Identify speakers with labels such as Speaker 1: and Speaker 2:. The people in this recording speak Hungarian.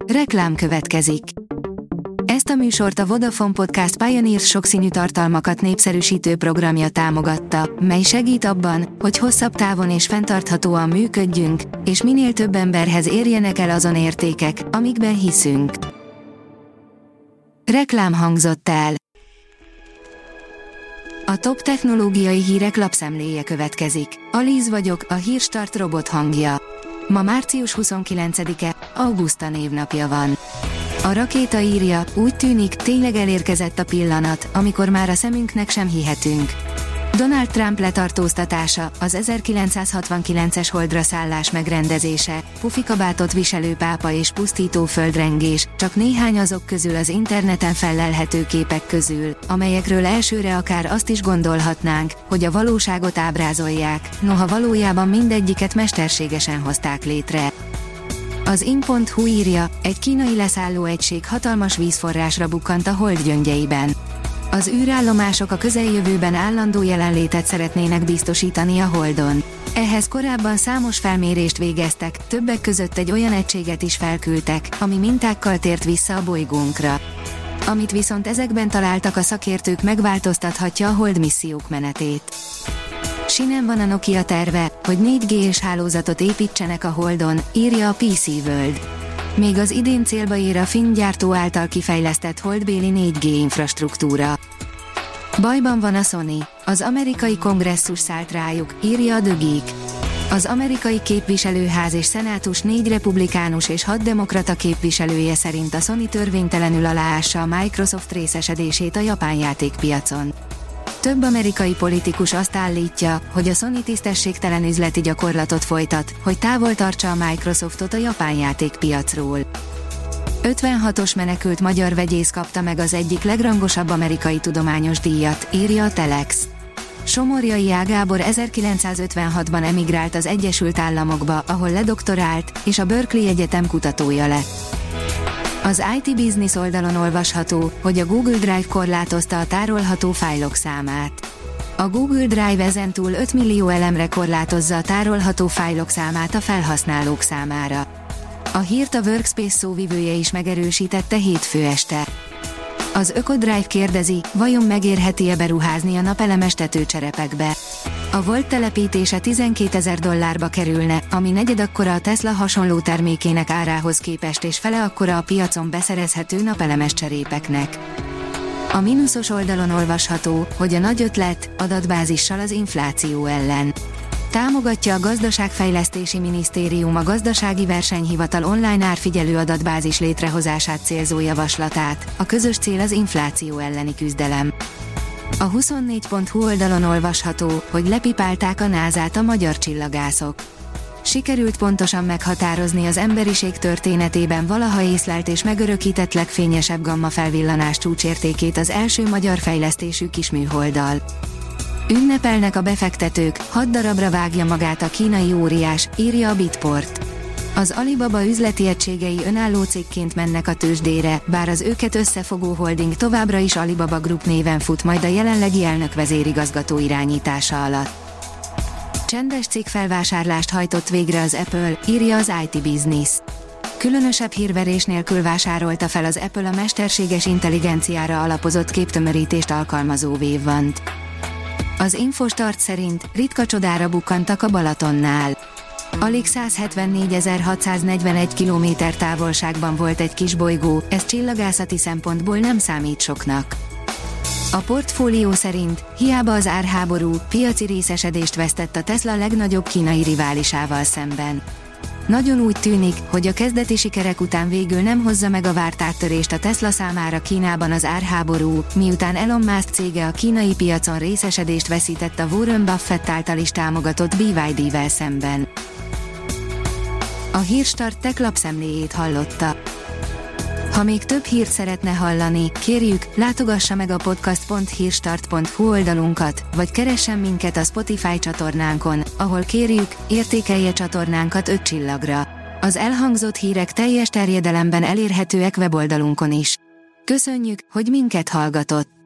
Speaker 1: Reklám következik. Ezt a műsort a Vodafone Podcast Pioneers sokszínű tartalmakat népszerűsítő programja támogatta, mely segít abban, hogy hosszabb távon és fenntarthatóan működjünk, és minél több emberhez érjenek el azon értékek, amikben hiszünk. Reklám hangzott el. A top technológiai hírek lapszemléje következik. Alíz vagyok, a Hírstart robot hangja. Ma március 29-e, Auguszta névnapja van. A Rakéta írja, úgy tűnik, tényleg elérkezett a pillanat, amikor már a szemünknek sem hihetünk. Donald Trump letartóztatása, az 1969-es holdra szállás megrendezése, pufikabátot viselő pápa és pusztító földrengés, csak néhány azok közül az interneten fellelhető képek közül, amelyekről elsőre akár azt is gondolhatnánk, hogy a valóságot ábrázolják, noha valójában mindegyiket mesterségesen hozták létre. Az in.hu írja, egy kínai leszállóegység hatalmas vízforrásra bukkant a hold gyöngyeiben. Az űrállomások a közeljövőben állandó jelenlétet szeretnének biztosítani a Holdon. Ehhez korábban számos felmérést végeztek, többek között egy olyan egységet is felküldtek, ami mintákkal tért vissza a bolygónkra. Amit viszont ezekben találtak, a szakértők megváltoztathatja a Hold missziók menetét. Sinem van a Nokia terve, hogy 4G-s hálózatot építsenek a Holdon, írja a PC World. Még az idén célba ér a finn gyártó által kifejlesztett holdbéli 4G infrastruktúra. Bajban van a Sony, az amerikai kongresszus szállt rájuk, írja a The Geek. Az amerikai képviselőház és szenátus 4 republikánus és 6 demokrata képviselője szerint a Sony törvénytelenül aláássa a Microsoft részesedését a japán játékpiacon. Több amerikai politikus azt állítja, hogy a Sony tisztességtelen üzleti gyakorlatot folytat, hogy távol tartsa a Microsoftot a japán játékpiacról. 56-os menekült magyar vegyész kapta meg az egyik legrangosabb amerikai tudományos díjat, írja a Telex. Somorjai Ágábor 1956-ban emigrált az Egyesült Államokba, ahol ledoktorált, és a Berkeley Egyetem kutatója lett. Az IT Business oldalon olvasható, hogy a Google Drive korlátozta a tárolható fájlok számát. A Google Drive ezentúl 5 millió elemre korlátozza a tárolható fájlok számát a felhasználók számára. A hírt a Workspace szóvivője is megerősítette hétfő este. Az Ökodrive kérdezi, vajon megérheti-e beruházni a napelemes tetőcserepekbe. A Volt telepítése $12,000 kerülne, ami negyed akkora a Tesla hasonló termékének árához képest és fele akkora a piacon beszerezhető napelemes cserépeknek. A mínuszos oldalon olvasható, hogy a nagy ötlet, adatbázissal az infláció ellen. Támogatja a Gazdaságfejlesztési Minisztérium a Gazdasági Versenyhivatal online árfigyelő adatbázis létrehozását célzó javaslatát, a közös cél az infláció elleni küzdelem. A 24.hu oldalon olvasható, hogy lepipálták a NASA-t a magyar csillagászok. Sikerült pontosan meghatározni az emberiség történetében valaha észlelt és megörökített legfényesebb gamma felvillanás csúcsértékét az első magyar fejlesztésű kisműholddal. Ünnepelnek a befektetők, 6 darabra vágja magát a kínai óriás, írja a Bitport. Az Alibaba üzleti egységei önálló cégként mennek a tőzsdére, bár az őket összefogó holding továbbra is Alibaba Group néven fut majd a jelenlegi elnök vezérigazgató irányítása alatt. Csendes cégfelvásárlást hajtott végre az Apple, írja az IT Business. Különösebb hírverés nélkül vásárolta fel az Apple a mesterséges intelligenciára alapozott képtömörítést alkalmazó Wave-1-t. Az Infostart szerint ritka csodára bukkantak a Balatonnál. Alig 174.641 km távolságban volt egy kisbolygó, ez csillagászati szempontból nem számít soknak. A Portfólió szerint hiába az árháború, piaci részesedést vesztett a Tesla legnagyobb kínai riválisával szemben. Nagyon úgy tűnik, hogy a kezdeti sikerek után végül nem hozza meg a várt áttörést a Tesla számára Kínában az árháború, miután Elon Musk cége a kínai piacon részesedést veszített a Warren Buffett által is támogatott BYD-vel szemben. A Hírstart tech lapszemléjét hallotta. Ha még több hírt szeretne hallani, kérjük, látogassa meg a podcast.hírstart.hu oldalunkat, vagy keressen minket a Spotify csatornánkon, ahol kérjük, értékelje csatornánkat 5 csillagra. Az elhangzott hírek teljes terjedelemben elérhetőek weboldalunkon is. Köszönjük, hogy minket hallgatott!